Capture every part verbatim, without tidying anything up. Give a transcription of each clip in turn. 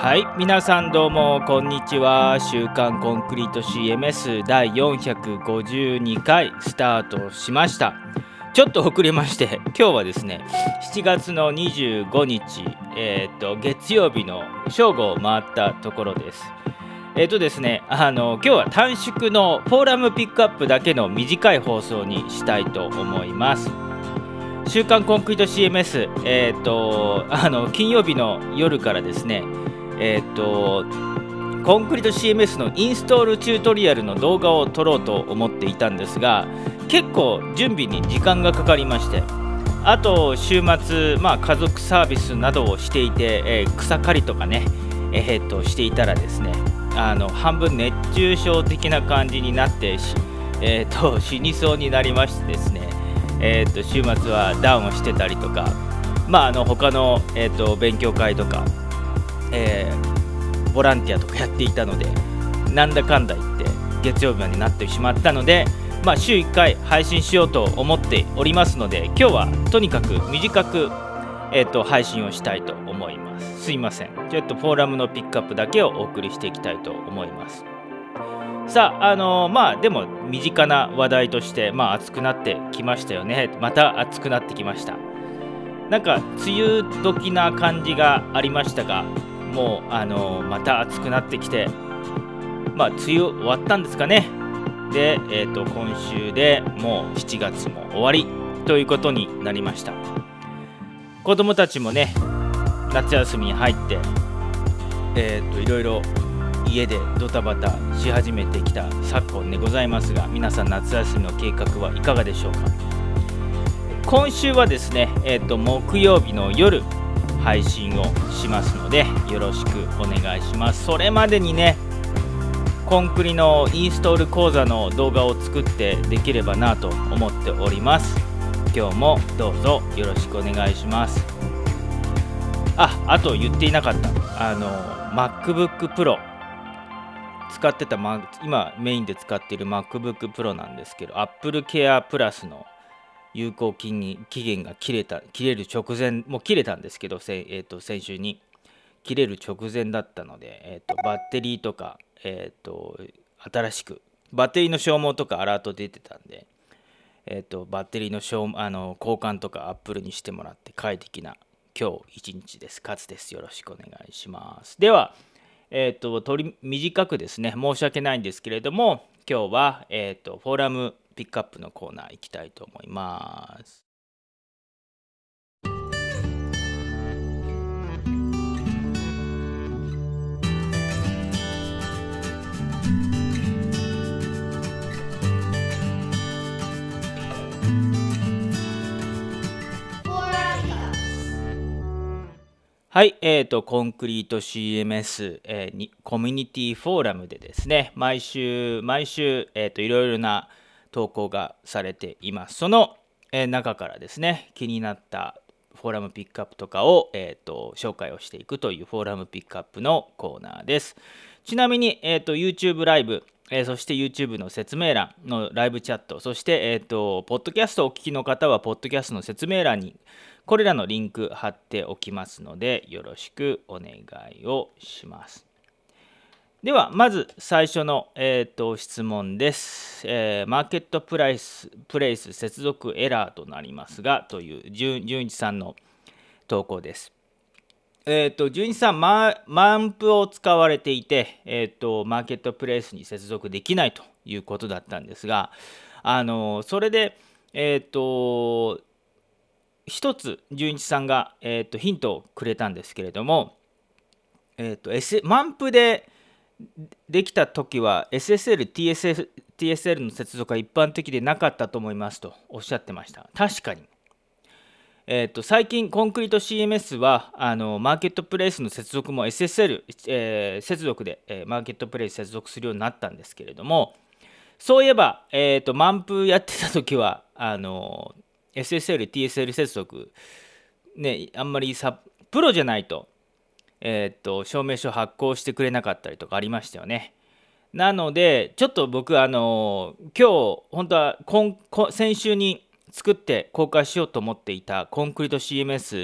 はい、皆さんどうもこんにちは。週刊コンクリート シーエムエス だいよんひゃくごじゅうにかいスタートしました。ちょっと遅れまして、今日はですね、しちがつのにじゅうごにち、えー、と月曜日の正午を回ったところです。えっ、ー、とですね、あの今日は短縮のフォーラムピックアップだけの短い放送にしたいと思います。週刊コンクリート シーエムエス、えー、とあの金曜日の夜からですね、えー、とコンクリート シーエムエス のインストールチュートリアルの動画を撮ろうと思っていたんですが、結構準備に時間がかかりまして、あと週末、まあ、家族サービスなどをしていて、えー、草刈りとかね、えー、としていたらですね、あの半分熱中症的な感じになってし、えー、と死にそうになりましてですね、えー、と週末はダウンをしてたりとか、まあ、あの他の、えー、と勉強会とか、えー、ボランティアとかやっていたので、なんだかんだ言って月曜日までになってしまったので、まあ、週いっかい配信しようと思っておりますので、今日はとにかく短く、えー、と配信をしたいと思います。すいません、ちょっとフォーラムのピックアップだけをお送りしていきたいと思います。さあ、あのー、まあでも身近な話題として、まあ暑くなってきましたよね。また暑くなってきました。なんか梅雨時な感じがありましたが、もうあのー、また暑くなってきて、まあ梅雨終わったんですかね。で、えーと、今週でもうしちがつも終わりということになりました。子供たちもね、夏休みに入って、えーと、いろいろ家でドタバタし始めてきた昨今でございますが、皆さん夏休みの計画はいかがでしょうか。今週はですね、えーと、木曜日の夜配信をしますので、よろしくお願いします。それまでにね、コンクリのインストール講座の動画を作ってできればなと思っております。今日もどうぞよろしくお願いします。あ、あと言っていなかった、あの MacBook Pro使ってた、ま、今メインで使っている MacBook Pro なんですけど、 Apple Care Plus の有効期限が切れた切れる直前、もう切れたんですけど、せ、えー、と先週に切れる直前だったので、えー、とバッテリーとか、えー、と新しくバッテリーの消耗とかアラート出てたんで、えー、とバッテリーの消あの交換とか Apple にしてもらって快適な今日一日です。勝です。よろしくお願いします。では、えー、と取り短くですね、申し訳ないんですけれども、今日は、えー、とフォーラムピックアップのコーナー行きたいと思います。はい、えーと、コンクリート シーエムエス、えー、にコミュニティフォーラムでですね、毎週、毎週、えーと、いろいろな投稿がされています。その、えー、中からですね、気になったフォーラムピックアップとかを、えーと、紹介をしていくというフォーラムピックアップのコーナーです。ちなみに、えーと、YouTube ライブ、えー、そして YouTube の説明欄のライブチャット、そして、えーと、ポッドキャストをお聞きの方は、ポッドキャストの説明欄にこれらのリンク貼っておきますので、よろしくお願いをします。では、まず最初の、えー、と質問です。えー、マーケットプライス、プレイス接続エラーとなりますが、という純一さんの投稿です。えー、と純一さん、マ、マンプを使われていて、えー、とマーケットプレイスに接続できないということだったんですが、あのそれで、えっ、と一つ純一さんが、えー、とヒントをくれたんですけれども、えーと S、マンプでできた時は エスエスエル、ティーエスエル、ティーエスエル の接続が一般的でなかったと思いますとおっしゃってました。確かに、えー、と最近コンクリート シーエムエス はあのマーケットプレイスの接続も エスエスエル、えー、接続で、えー、マーケットプレイス接続するようになったんですけれども、そういえば、えー、とマンプやってた時はあの エスエスエル、ティーエスエル 接続、ね、あんまりさプロじゃないと、えー、っと証明書発行してくれなかったりとかありましたよね。なのでちょっと僕あの今日本当は今先週に作って公開しようと思っていたコンクリート シーエムエス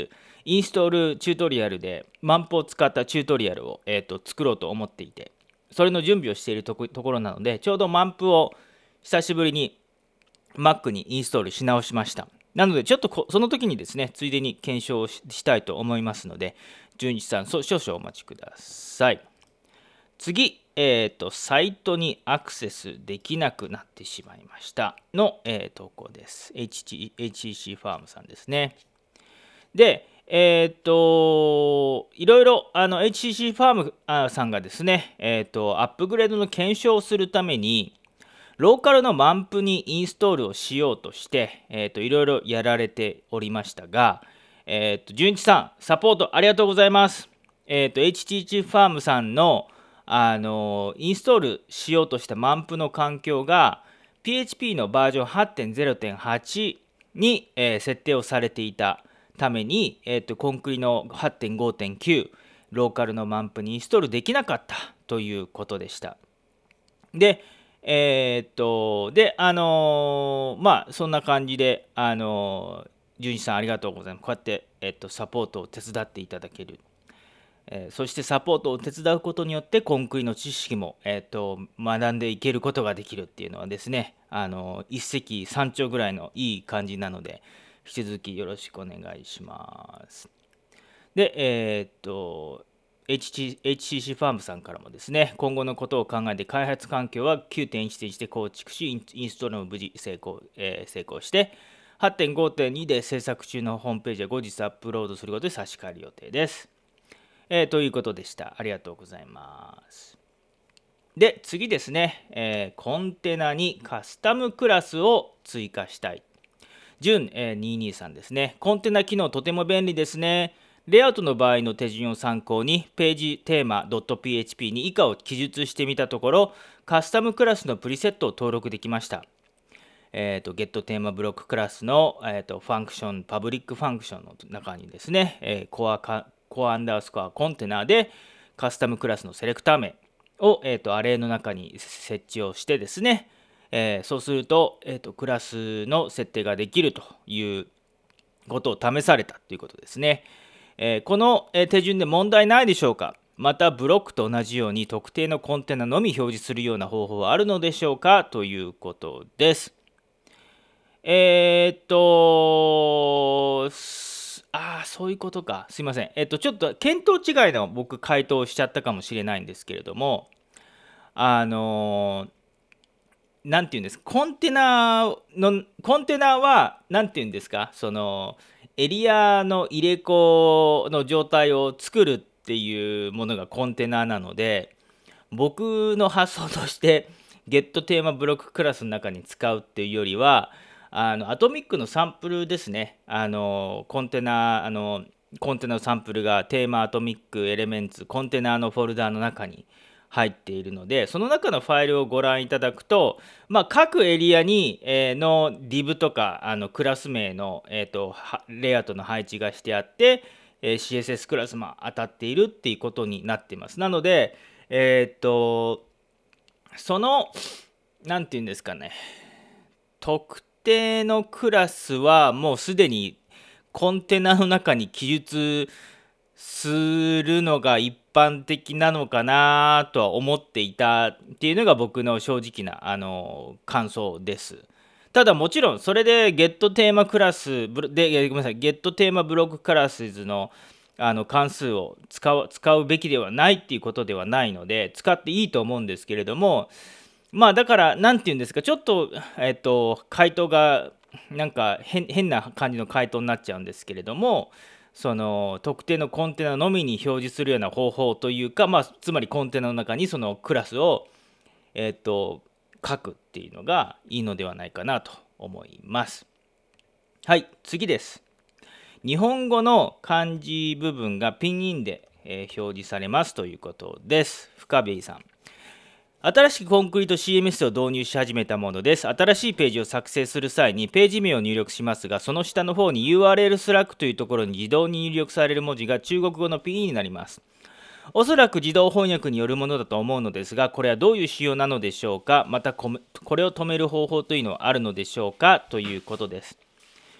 インストールチュートリアルでマンプを使ったチュートリアルを、えー、と作ろうと思っていて、それの準備をしているとこところなので、ちょうどマンプを久しぶりに Mac にインストールし直しました。なのでちょっとこその時にですね、ついでに検証を し, したいと思いますので、純一さん、少々お待ちください。次、えーと、サイトにアクセスできなくなってしまいましたの、えー、投稿です。エイチシーシー ファームさんですね。で、えっ、ー、と、いろいろあの エイチシーシー ファームさんがですね、えっ、ー、と、アップグレードの検証をするために、ローカルのマンプにインストールをしようとして、えっ、ー、と、いろいろやられておりましたが、えっ、ー、と、純一さん、サポートありがとうございます。えっ、ー、と、エイチシーシー ファームさんの、あの、インストールしようとしたマンプの環境が、ピーエイチピー のバージョン はちてんゼロてんはち に、えー、設定をされていたために、えー、とコンクリの はちてんごてんきゅう ローカルのマンプにインストールできなかったということでした。で、えっ、ー、と、で、あのー、まあ、そんな感じで、あのー、純一さんありがとうございます。こうやって、えー、とサポートを手伝っていただける。えー、そしてサポートを手伝うことによってコンクリの知識も、えー、と学んでいけることができるっていうのはですね、あの一石三鳥ぐらいのいい感じなので、引き続きよろしくお願いします。で、えっ、ー、と エイチシーシー ファームさんからもですね、今後のことを考えて開発環境は きゅうてんいちてんいち で構築し、インストールも無事成功、えー、成功して、はちてんごてんに で制作中のホームページは後日アップロードすることで差し替える予定です。えー、ということでした。ありがとうございます。で、次ですね、えー、コンテナにカスタムクラスを追加したい。純、えー、にひゃくにじゅうさんですね。コンテナ機能とても便利ですね。レイアウトの場合の手順を参考に、ページテーマ .php に以下を記述してみたところ、カスタムクラスのプリセットを登録できました。えーと、ゲットテーマブロッククラスの、えーと、ファンクション、パブリックファンクションの中にですね、えー、コアかコアアンダースコアコンテナでカスタムクラスのセレクター名を、えー、とアレイの中に設置をしてですね、えー、そうすると、えー、とクラスの設定ができるということを試されたということですね。えー、この手順で問題ないでしょうか。またブロックと同じように特定のコンテナのみ表示するような方法はあるのでしょうかということです。えー、っとああ、そういうことか。すいません。えっと、ちょっと見当違いの僕回答しちゃったかもしれないんですけれども、あのー、なんていうんですか、コンテナの、コンテナは、なんていうんですか、その、エリアの入れ子の状態を作るっていうものがコンテナなので、僕の発想として、ゲットテーマブロッククラスの中に使うっていうよりは、あのアトミックのサンプルですね。あのコンテナあのコンテナのサンプルがテーマアトミックエレメンツコンテナのフォルダの中に入っているので、その中のファイルをご覧いただくと、まあ、各エリアに、えー、の div とかあのクラス名の、えーと、レイアウトの配置がしてあって、えー、シーエスエス クラスも当たっているっていうことになっています。なので、えっ、ー、とその何て言うんですかね、特定のクラスはもうすでにコンテナの中に記述するのが一般的なのかなとは思っていたっていうのが僕の正直なあの感想です。ただもちろんそれでゲットテーマクラスでごめんなさいゲットテーマブロッククラスのあの関数を使う使うべきではないっていうことではないので、使っていいと思うんですけれども、まあだから何て言うんですか、ちょっとえっと回答がなんか 変, 変な感じの回答になっちゃうんですけれども、その特定のコンテナのみに表示するような方法というか、まあ、つまりコンテナの中にそのクラスを、えっと書くっていうのがいいのではないかなと思います。はい、次です。日本語の漢字部分がピンインで、えー、表示されますということです。深部さん。新しくコンクリート シーエムエス を導入し始めたものです。新しいページを作成する際にページ名を入力しますが、その下の方に ユーアールエル スラックというところに自動に入力される文字が中国語のピンになります。おそらく自動翻訳によるものだと思うのですが、これはどういう仕様なのでしょうか。またこれを止める方法というのはあるのでしょうかということです。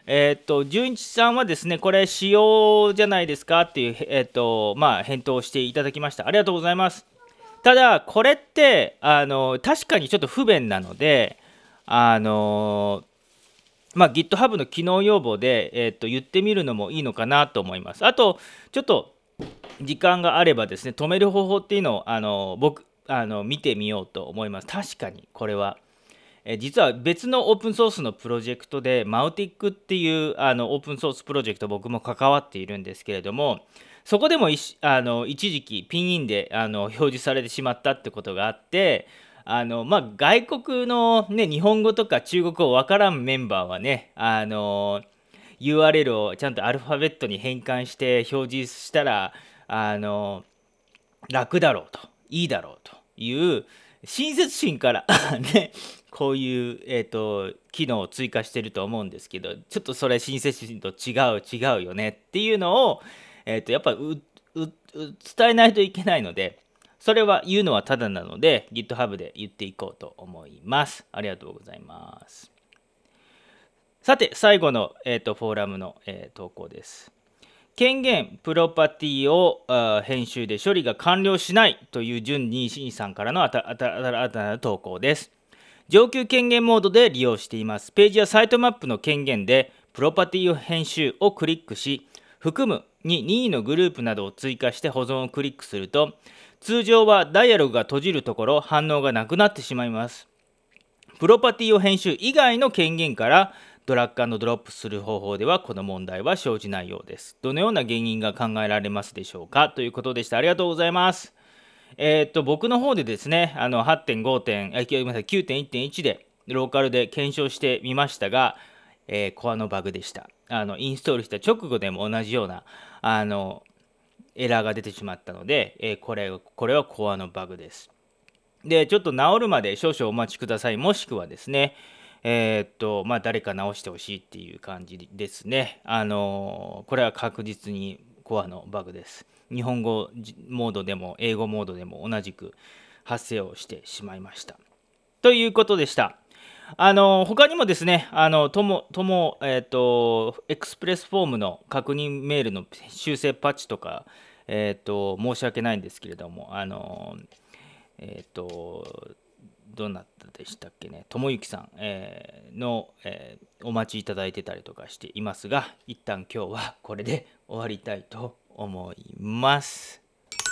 えっと純一さんはですね、これ仕様じゃないですかっていう、えっとまあ、返答をしていただきました。ありがとうございます。ただこれってあの確かにちょっと不便なので、あのまあ、GitHub の機能要望で、えっと言ってみるのもいいのかなと思います。あとちょっと時間があればですね、止める方法っていうのをあの僕あの見てみようと思います。確かにこれはえ実は別のオープンソースのプロジェクトでマウティックっていうあのオープンソースプロジェクト僕も関わっているんですけれども、そこでもいしあの一時期ピンインであの表示されてしまったってことがあって、あのまあ、外国の、ね、日本語とか中国語わからんメンバーはね、あの ユーアールエル をちゃんとアルファベットに変換して表示したらあの楽だろうといいだろうという親切心からね、こういう、えーと、機能を追加してると思うんですけど、ちょっとそれ親切心と違う違うよねっていうのを、えーと、やっぱり伝えないといけないので、それは言うのはただなので GitHub で言っていこうと思います。ありがとうございます。さて最後の、えーと、フォーラムの、えー、投稿です。権限プロパティを編集で処理が完了しないという準にじゅうにさんからの新たな投稿です。上級権限モードで利用しています。ページやサイトマップの権限でプロパティを編集をクリックし、含むに任意のグループなどを追加して保存をクリックすると、通常はダイアログが閉じるところ反応がなくなってしまいます。プロパティを編集以外の権限からドラッグ&ドロップする方法ではこの問題は生じないようです。どのような原因が考えられますでしょうかということでした。ありがとうございます。えー、っと僕の方でですね、あの はちてんご 点、あ、ごめんなさい、きゅうてんいってんいち でローカルで検証してみましたが、えー、コアのバグでした。あのインストールした直後でも同じようなあのエラーが出てしまったので、えー、これこれはコアのバグです。で、ちょっと治るまで少々お待ちください。もしくはですね、えー、っとまあ誰か直してほしいっていう感じですね。あのー、これは確実にコアのバグです。日本語モードでも英語モードでも同じく発生をしてしまいました。ということでした。あのー、他にもですね、あのともともえー、っとエクスプレスフォームの確認メールの修正パッチとか、えー、っと申し訳ないんですけれども、あのー、えっ、ー、とどなたでしたっけね、ともゆきさん、えー、の、えー、お待ちいただいてたりとかしていますが、一旦今日はこれで終わりたいと思います。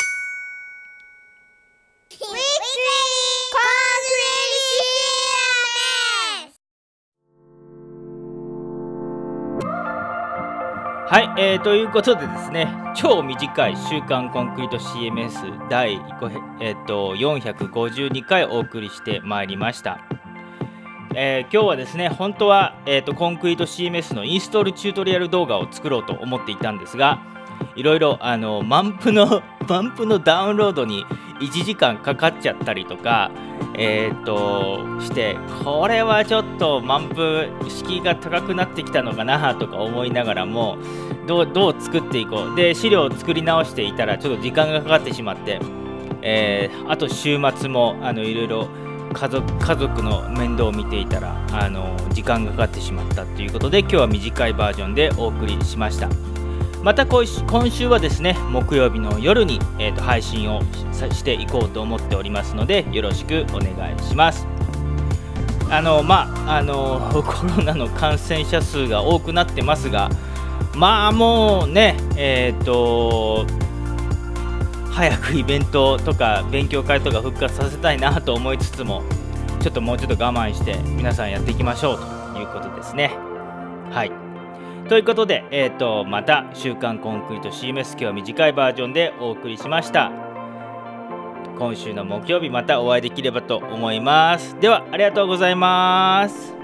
はい、えー、ということでですね、超短い週刊コンクリート シーエムエス 第、えー、とよんひゃくごじゅうにかいお送りしてまいりました。えー、今日はですね、本当は、えー、とコンクリート シーエムエス のインストールチュートリアル動画を作ろうと思っていたんですが、いろいろあのマンプのマンプのダウンロードにいちじかんかかっちゃったりとか、えー、としてこれはちょっとマンプ敷居が高くなってきたのかなとか思いながらも、どう、どう作っていこうで資料を作り直していたらちょっと時間がかかってしまって、えー、あと週末もあのいろいろ家族、家族の面倒を見ていたらあの時間がかかってしまったということで、今日は短いバージョンでお送りしました。また今週はですね、木曜日の夜に、えー、と配信をしていこうと思っておりますので、よろしくお願いします。あのまああのコロナの感染者数が多くなってますが、まあもうね、えっ、ー、と早くイベントとか勉強会とか復活させたいなと思いつつも、ちょっともうちょっと我慢して皆さんやっていきましょうということですね。はい、ということで、えー、とまた週刊コンクリート シーエムエス、今日は短いバージョンでお送りしました。今週の木曜日またお会いできればと思います。ではありがとうございます。